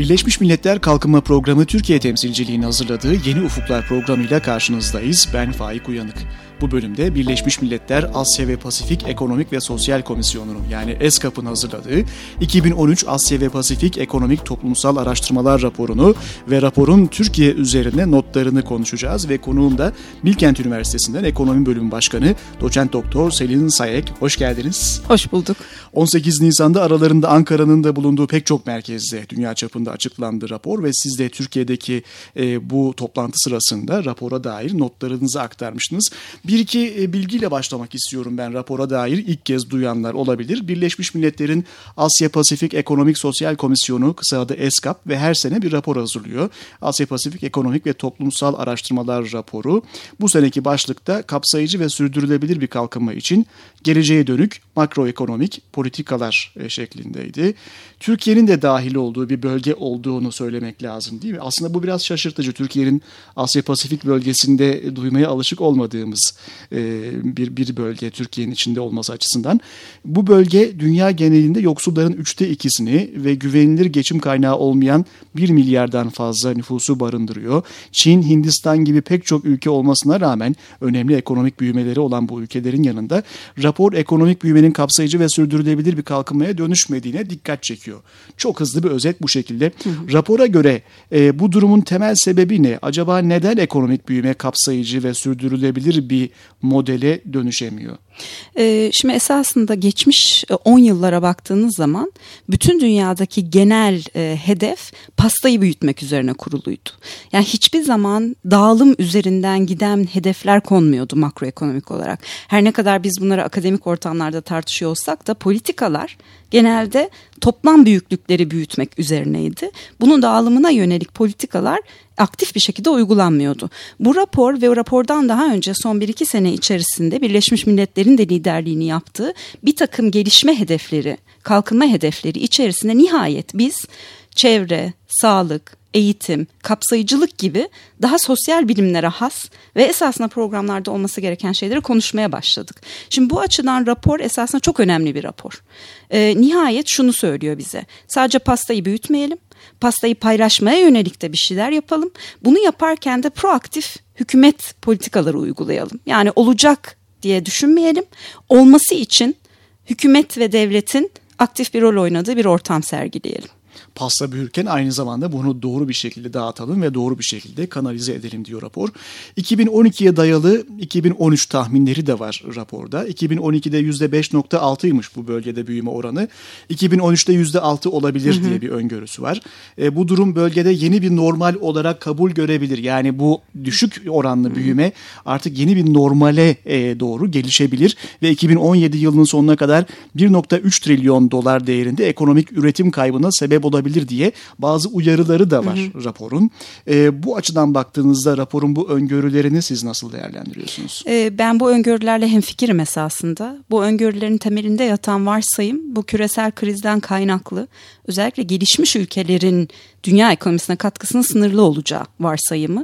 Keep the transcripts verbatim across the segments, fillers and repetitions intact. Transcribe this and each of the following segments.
Birleşmiş Milletler Kalkınma Programı Türkiye temsilciliğinin hazırladığı Yeni Ufuklar programıyla karşınızdayız. Ben Faik Uyanık. Bu bölümde Birleşmiş Milletler Asya ve Pasifik Ekonomik ve Sosyal Komisyonu'nun yani ESKAP'ın hazırladığı iki bin on üç Asya ve Pasifik Ekonomik Toplumsal Araştırmalar raporunu ve raporun Türkiye üzerine notlarını konuşacağız ve konuğum da Bilkent Üniversitesi'nden Ekonomi Bölümü Başkanı Doçent Doktor Selin Sayek. Hoş geldiniz. Hoş bulduk. on sekiz Nisan'da aralarında Ankara'nın da bulunduğu pek çok merkezde dünya çapında açıklandı rapor ve siz de Türkiye'deki e, bu toplantı sırasında rapora dair notlarınızı aktarmıştınız. Bir iki e, bilgiyle başlamak istiyorum ben rapora dair. İlk kez duyanlar olabilir. Birleşmiş Milletler'in Asya Pasifik Ekonomik Sosyal Komisyonu, kısa adı ESKAP ve her sene bir rapor hazırlıyor. Asya Pasifik Ekonomik ve Toplumsal Araştırmalar raporu. Bu seneki başlıkta kapsayıcı ve sürdürülebilir bir kalkınma için geleceğe dönük makroekonomik politikalar e, şeklindeydi. Türkiye'nin de dahil olduğu bir bölge olduğunu söylemek lazım değil mi? Aslında bu biraz şaşırtıcı. Türkiye'nin Asya Pasifik bölgesinde duymaya alışık olmadığımız e, bir, bir bölge Türkiye'nin içinde olması açısından. Bu bölge dünya genelinde yoksulların üçte ikisini ve güvenilir geçim kaynağı olmayan bir milyardan fazla nüfusu barındırıyor. Çin, Hindistan gibi pek çok ülke olmasına rağmen önemli ekonomik büyümeleri olan bu ülkelerin yanında rapor ekonomik büyümenin kapsayıcı ve sürdürülebilir bir kalkınmaya dönüşmediğine dikkat çekiyor. Çok hızlı bir özet bu şekilde. Hı hı. Rapora göre e, bu durumun temel sebebi ne? Acaba neden ekonomik büyüme kapsayıcı ve sürdürülebilir bir modele dönüşemiyor? Ee, şimdi esasında geçmiş on yıllara baktığınız zaman bütün dünyadaki genel e, hedef pastayı büyütmek üzerine kuruluydu. Yani hiçbir zaman dağılım üzerinden giden hedefler konmuyordu makroekonomik olarak. Her ne kadar biz bunları akademik ortamlarda tartışıyor olsak da politikalar genelde toplam büyüklükleri büyütmek üzerineydi. Bunun dağılımına yönelik politikalar aktif bir şekilde uygulanmıyordu. Bu rapor ve rapordan daha önce son bir iki sene içerisinde Birleşmiş Milletler'in de liderliğini yaptığı bir takım gelişme hedefleri, kalkınma hedefleri içerisinde nihayet biz çevre, sağlık, eğitim, kapsayıcılık gibi daha sosyal bilimlere has ve esasında programlarda olması gereken şeyleri konuşmaya başladık. Şimdi bu açıdan rapor esasında çok önemli bir rapor. Ee, nihayet şunu söylüyor bize: sadece pastayı büyütmeyelim, pastayı paylaşmaya yönelik de bir şeyler yapalım. Bunu yaparken de proaktif hükümet politikaları uygulayalım. Yani olacak diye düşünmeyelim, olması için hükümet ve devletin aktif bir rol oynadığı bir ortam sergileyelim. Pasta büyürken aynı zamanda bunu doğru bir şekilde dağıtalım ve doğru bir şekilde kanalize edelim diyor rapor. iki bin on ikiye dayalı iki bin on üç tahminleri de var raporda. iki bin on ikide yüzde beş nokta altıymış bu bölgede büyüme oranı. iki bin on üçte yüzde altı olabilir hı hı. diye bir öngörüsü var. E, bu durum bölgede yeni bir normal olarak kabul görebilir. Yani bu düşük oranlı büyüme artık yeni bir normale e, doğru gelişebilir ve iki bin on yedi yılının sonuna kadar bir nokta üç trilyon dolar değerinde ekonomik üretim kaybına sebep olabilir diye bazı uyarıları da var hı hı. raporun. E, bu açıdan baktığınızda raporun bu öngörülerini siz nasıl değerlendiriyorsunuz? E, ben bu öngörülerle hemfikirim esasında. Bu öngörülerin temelinde yatan varsayım bu küresel krizden kaynaklı özellikle gelişmiş ülkelerin dünya ekonomisine katkısının sınırlı olacağı varsayımı.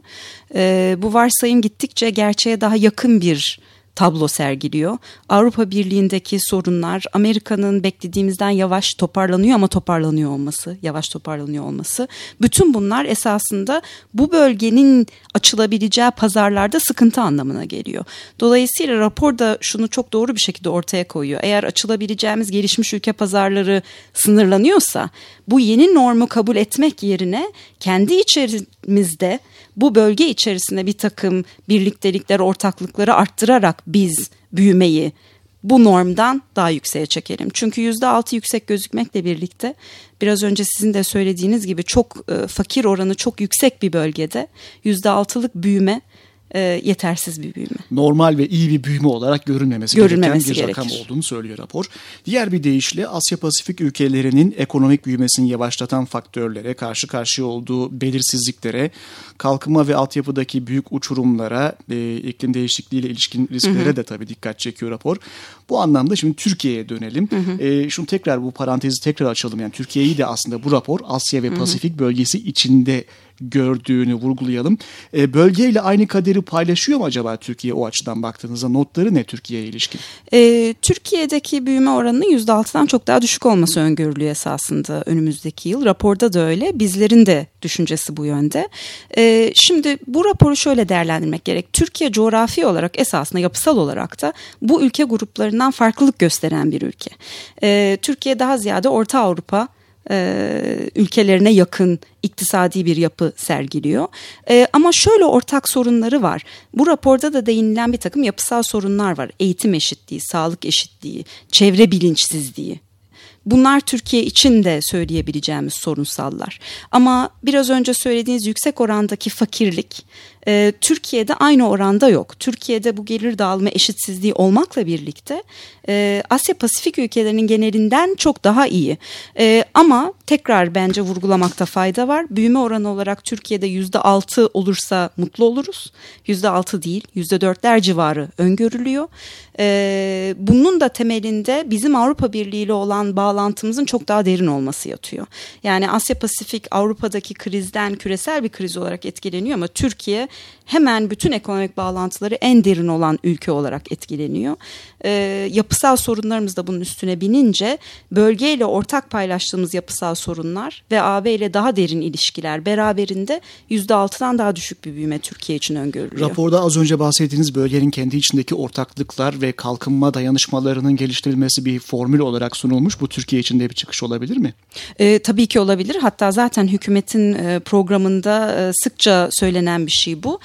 E, bu varsayım gittikçe gerçeğe daha yakın bir tablo sergiliyor. Avrupa Birliği'ndeki sorunlar, Amerika'nın beklediğimizden yavaş toparlanıyor ama toparlanıyor olması, yavaş toparlanıyor olması. Bütün bunlar esasında bu bölgenin açılabileceği pazarlarda sıkıntı anlamına geliyor. Dolayısıyla rapor da şunu çok doğru bir şekilde ortaya koyuyor. Eğer açılabileceğimiz gelişmiş ülke pazarları sınırlanıyorsa bu yeni normu kabul etmek yerine kendi içerimizde bu bölge içerisinde bir takım birliktelikler, ortaklıkları arttırarak biz büyümeyi bu normdan daha yükseğe çekelim. Çünkü yüzde altı yüksek gözükmekle birlikte biraz önce sizin de söylediğiniz gibi çok e, fakir oranı çok yüksek bir bölgede yüzde altılık büyüme e, yetersiz bir büyüme. Normal ve iyi bir büyüme olarak görünmemesi, görünmemesi gereken bir gerekir. rakam olduğunu söylüyor rapor. Diğer bir deyişle Asya Pasifik ülkelerinin ekonomik büyümesini yavaşlatan faktörlere, karşı karşıya olduğu belirsizliklere, kalkınma ve altyapıdaki büyük uçurumlara, e, iklim değişikliğiyle ilişkin risklere hı hı. de tabii dikkat çekiyor rapor. Bu anlamda şimdi Türkiye'ye dönelim. Hı hı. E, şunu tekrar bu parantezi tekrar açalım. Yani Türkiye'yi de aslında bu rapor Asya ve Pasifik hı hı. bölgesi içinde gördüğünü vurgulayalım. E, bölgeyle aynı kaderi paylaşıyor mu acaba Türkiye o açıdan baktığınızda? Notları ne Türkiye'ye ilişkin? E, Türkiye'deki büyüme oranının yüzde altıdan çok daha düşük olması öngörülüyor esasında önümüzdeki yıl. Raporda da öyle. Bizlerin de düşüncesi bu yönde. E, şimdi bu raporu şöyle değerlendirmek gerek. Türkiye coğrafi olarak esasında yapısal olarak da bu ülke gruplarından farklılık gösteren bir ülke. E, Türkiye daha ziyade Orta Avrupa Ee, ülkelerine yakın iktisadi bir yapı sergiliyor. Ee, ama şöyle ortak sorunları var. Bu raporda da değinilen bir takım yapısal sorunlar var. Eğitim eşitliği, sağlık eşitliği, çevre bilinçsizliği. Bunlar Türkiye için de söyleyebileceğimiz sorunsallar. Ama biraz önce söylediğiniz yüksek orandaki fakirlik e, Türkiye'de aynı oranda yok. Türkiye'de bu gelir dağılımı eşitsizliği olmakla birlikte e, Asya Pasifik ülkelerinin genelinden çok daha iyi. E, ama tekrar bence vurgulamakta fayda var. Büyüme oranı olarak Türkiye'de yüzde altı olursa mutlu oluruz. yüzde altı değil, yüzde dörtler civarı öngörülüyor. E, bunun da temelinde bizim Avrupa Birliği ile olan bağlantımızın çok daha derin olması yatıyor. Yani Asya Pasifik Avrupa'daki krizden küresel bir kriz olarak etkileniyor ama Türkiye hemen bütün ekonomik bağlantıları en derin olan ülke olarak etkileniyor. E, yapısal sorunlarımız da bunun üstüne binince bölgeyle ortak paylaştığımız yapısal sorunlar ve A B ile daha derin ilişkiler beraberinde yüzde altıdan daha düşük bir büyüme Türkiye için öngörülüyor. Raporda az önce bahsettiğiniz bölgenin kendi içindeki ortaklıklar ve kalkınma dayanışmalarının geliştirilmesi bir formül olarak sunulmuş. Bu Türkiye için de bir çıkış olabilir mi? E, tabii ki olabilir. Hatta zaten hükümetin e, programında e, sıkça söylenen bir şey bu.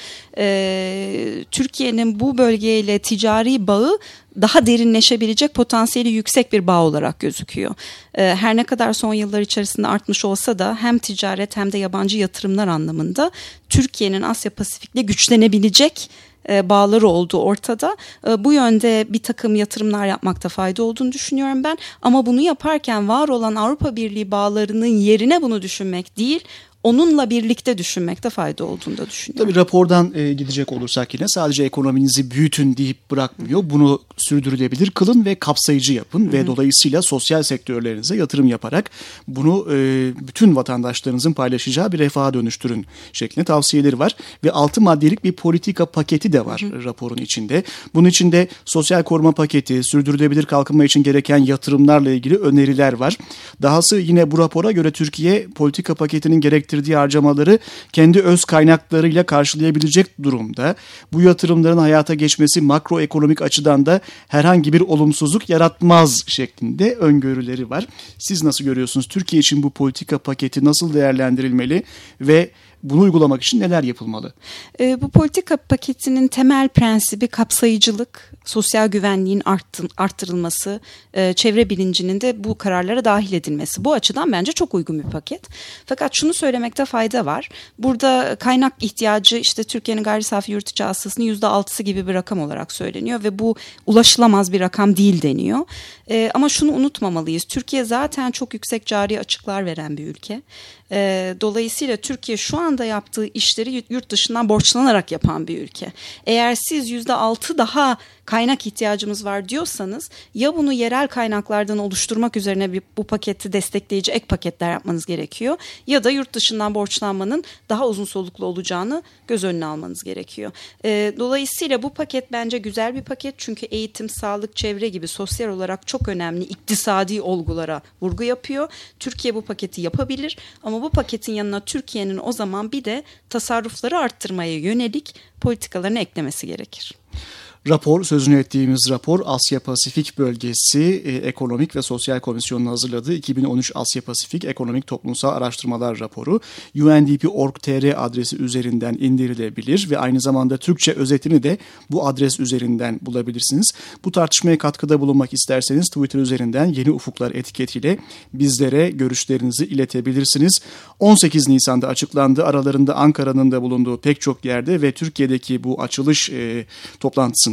E, Türkiye'nin bu bölgeyle ticari bağı daha derinleşebilecek potansiyeli yüksek bir bağ olarak gözüküyor. Her ne kadar son yıllar içerisinde artmış olsa da hem ticaret hem de yabancı yatırımlar anlamında Türkiye'nin Asya Pasifik'le güçlenebilecek bağları olduğu ortada. Bu yönde bir takım yatırımlar yapmakta fayda olduğunu düşünüyorum ben. Ama bunu yaparken var olan Avrupa Birliği bağlarının yerine bunu düşünmek değil, onunla birlikte düşünmekte fayda olduğunu da düşünüyorum. Tabii rapordan e, gidecek olursak yine sadece ekonominizi büyütün deyip bırakmıyor. Bunu sürdürülebilir kılın ve kapsayıcı yapın. Hı-hı. Ve dolayısıyla sosyal sektörlerinize yatırım yaparak bunu e, bütün vatandaşlarınızın paylaşacağı bir refaha dönüştürün şeklinde tavsiyeleri var. Ve altı maddelik bir politika paketi de var Hı-hı. raporun içinde. Bunun içinde sosyal koruma paketi, sürdürülebilir kalkınma için gereken yatırımlarla ilgili öneriler var. Dahası yine bu rapora göre Türkiye politika paketinin gerektirdiği harcamaları kendi öz kaynaklarıyla karşılayabilecek durumda. Bu yatırımların hayata geçmesi makroekonomik açıdan da herhangi bir olumsuzluk yaratmaz şeklinde öngörüleri var. Siz nasıl görüyorsunuz? Türkiye için bu politika paketi nasıl değerlendirilmeli ve bunu uygulamak için neler yapılmalı? E, bu politika paketinin temel prensibi kapsayıcılık, sosyal güvenliğin arttı, arttırılması, e, çevre bilincinin de bu kararlara dahil edilmesi. Bu açıdan bence çok uygun bir paket. Fakat şunu söylemekte fayda var. Burada kaynak ihtiyacı işte Türkiye'nin gayri safi yurt içi hasılasının yüzde altısı gibi bir rakam olarak söyleniyor ve bu ulaşılamaz bir rakam değil deniyor. E, ama şunu unutmamalıyız. Türkiye zaten çok yüksek cari açıklar veren bir ülke. E, dolayısıyla Türkiye şu anda yaptığı işleri yurt dışından borçlanarak yapan bir ülke. Eğer siz yüzde altı daha kaynak ihtiyacımız var diyorsanız ya bunu yerel kaynaklardan oluşturmak üzerine bir, bu paketi destekleyici ek paketler yapmanız gerekiyor ya da yurt dışından borçlanmanın daha uzun soluklu olacağını göz önüne almanız gerekiyor. E, dolayısıyla bu paket bence güzel bir paket çünkü eğitim, sağlık, çevre gibi sosyal olarak çok önemli iktisadi olgulara vurgu yapıyor. Türkiye bu paketi yapabilir ama bu paketin yanına Türkiye'nin o zaman bir de tasarrufları arttırmaya yönelik politikalarını eklemesi gerekir. Rapor, sözünü ettiğimiz rapor Asya Pasifik Bölgesi e, Ekonomik ve Sosyal Komisyonu'nun hazırladığı iki bin on üç Asya Pasifik Ekonomik Toplumsal Araştırmalar Raporu U N D P nokta org nokta T R adresi üzerinden indirilebilir ve aynı zamanda Türkçe özetini de bu adres üzerinden bulabilirsiniz. Bu tartışmaya katkıda bulunmak isterseniz Twitter üzerinden Yeni Ufuklar etiketiyle bizlere görüşlerinizi iletebilirsiniz. on sekiz Nisan'da açıklandı. Aralarında Ankara'nın da bulunduğu pek çok yerde ve Türkiye'deki bu açılış e, toplantısında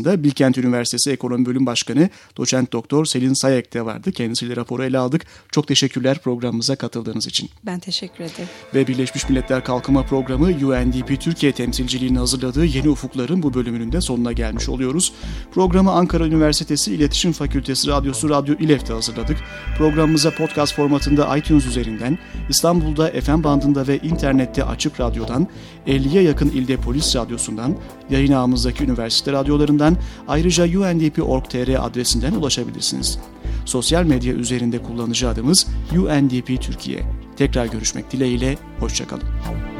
arasında Bilkent Üniversitesi Ekonomi Bölüm Başkanı Doçent Doktor Selin Sayek de vardı. Kendisiyle raporu ele aldık. Çok teşekkürler programımıza katıldığınız için. Ben teşekkür ederim. Ve Birleşmiş Milletler Kalkınma Programı U N D P Türkiye temsilciliğinin hazırladığı Yeni Ufuklar'ın bu bölümünün de sonuna gelmiş oluyoruz. Programı Ankara Üniversitesi İletişim Fakültesi Radyosu Radyo İLEF'te hazırladık. Programımıza podcast formatında iTunes üzerinden, İstanbul'da F M bandında ve internette Açık Radyo'dan, elliye yakın ilde Polis Radyosu'ndan, yayın ağımızdaki üniversite radyolarından, ayrıca U N D P nokta org nokta T R adresinden ulaşabilirsiniz. Sosyal medya üzerinde kullanıcı adımız U N D P Türkiye. Tekrar görüşmek dileğiyle, hoşça kalın.